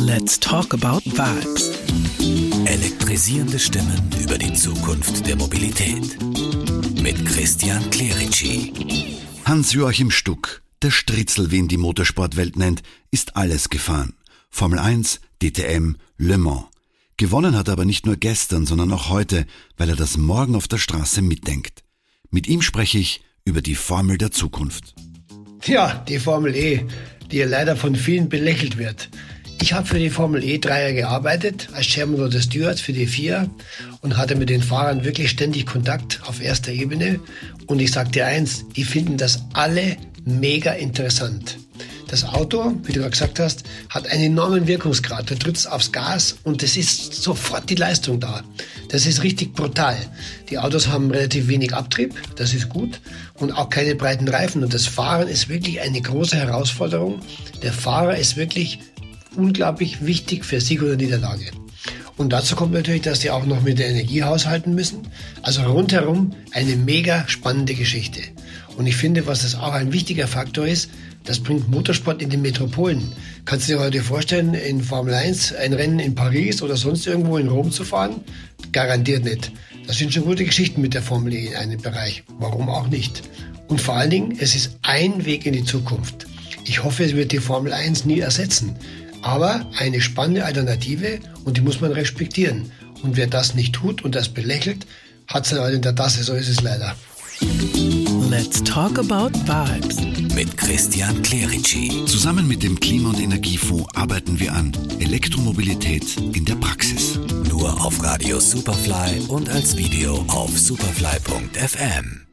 Let's talk about vibes. Elektrisierende Stimmen über die Zukunft der Mobilität. Mit Christian Clerici. Hans-Joachim Stuck, der Stritzel, wie ihn die Motorsportwelt nennt, ist alles gefahren. Formel 1, DTM, Le Mans. Gewonnen hat er aber nicht nur gestern, sondern auch heute, weil er das morgen auf der Straße mitdenkt. Mit ihm spreche ich über die Formel der Zukunft. Ja, die Formel E, die ja leider von vielen belächelt wird. Ich habe für die Formel E 3 Jahre gearbeitet, als Chairman of the Stewards für die FIA und hatte mit den Fahrern wirklich ständig Kontakt auf erster Ebene. Und ich sag dir eins, die finden das alle mega interessant. Das Auto, wie du gerade gesagt hast, hat einen enormen Wirkungsgrad. Du trittst aufs Gas und es ist sofort die Leistung da. Das ist richtig brutal. Die Autos haben relativ wenig Abtrieb, das ist gut, und auch keine breiten Reifen. Und das Fahren ist wirklich eine große Herausforderung. Der Fahrer ist wirklich unglaublich wichtig für Sieg oder Niederlage. Und dazu kommt natürlich, dass die auch noch mit der Energie haushalten müssen. Also rundherum eine mega spannende Geschichte. Und ich finde, was das auch ein wichtiger Faktor ist, das bringt Motorsport in die Metropolen. Kannst du dir heute vorstellen, in Formel 1 ein Rennen in Paris oder sonst irgendwo in Rom zu fahren? Garantiert nicht. Das sind schon gute Geschichten mit der Formel E in einem Bereich. Warum auch nicht? Und vor allen Dingen, es ist ein Weg in die Zukunft. Ich hoffe, es wird die Formel 1 nie ersetzen. Aber eine spannende Alternative und die muss man respektieren. Und wer das nicht tut und das belächelt, hat es halt in der Tasse, so ist es leider. Let's talk about vibes. Mit Christian Clerici. Zusammen mit dem Klima- und Energiefonds arbeiten wir an Elektromobilität in der Praxis. Nur auf Radio Superfly und als Video auf superfly.fm.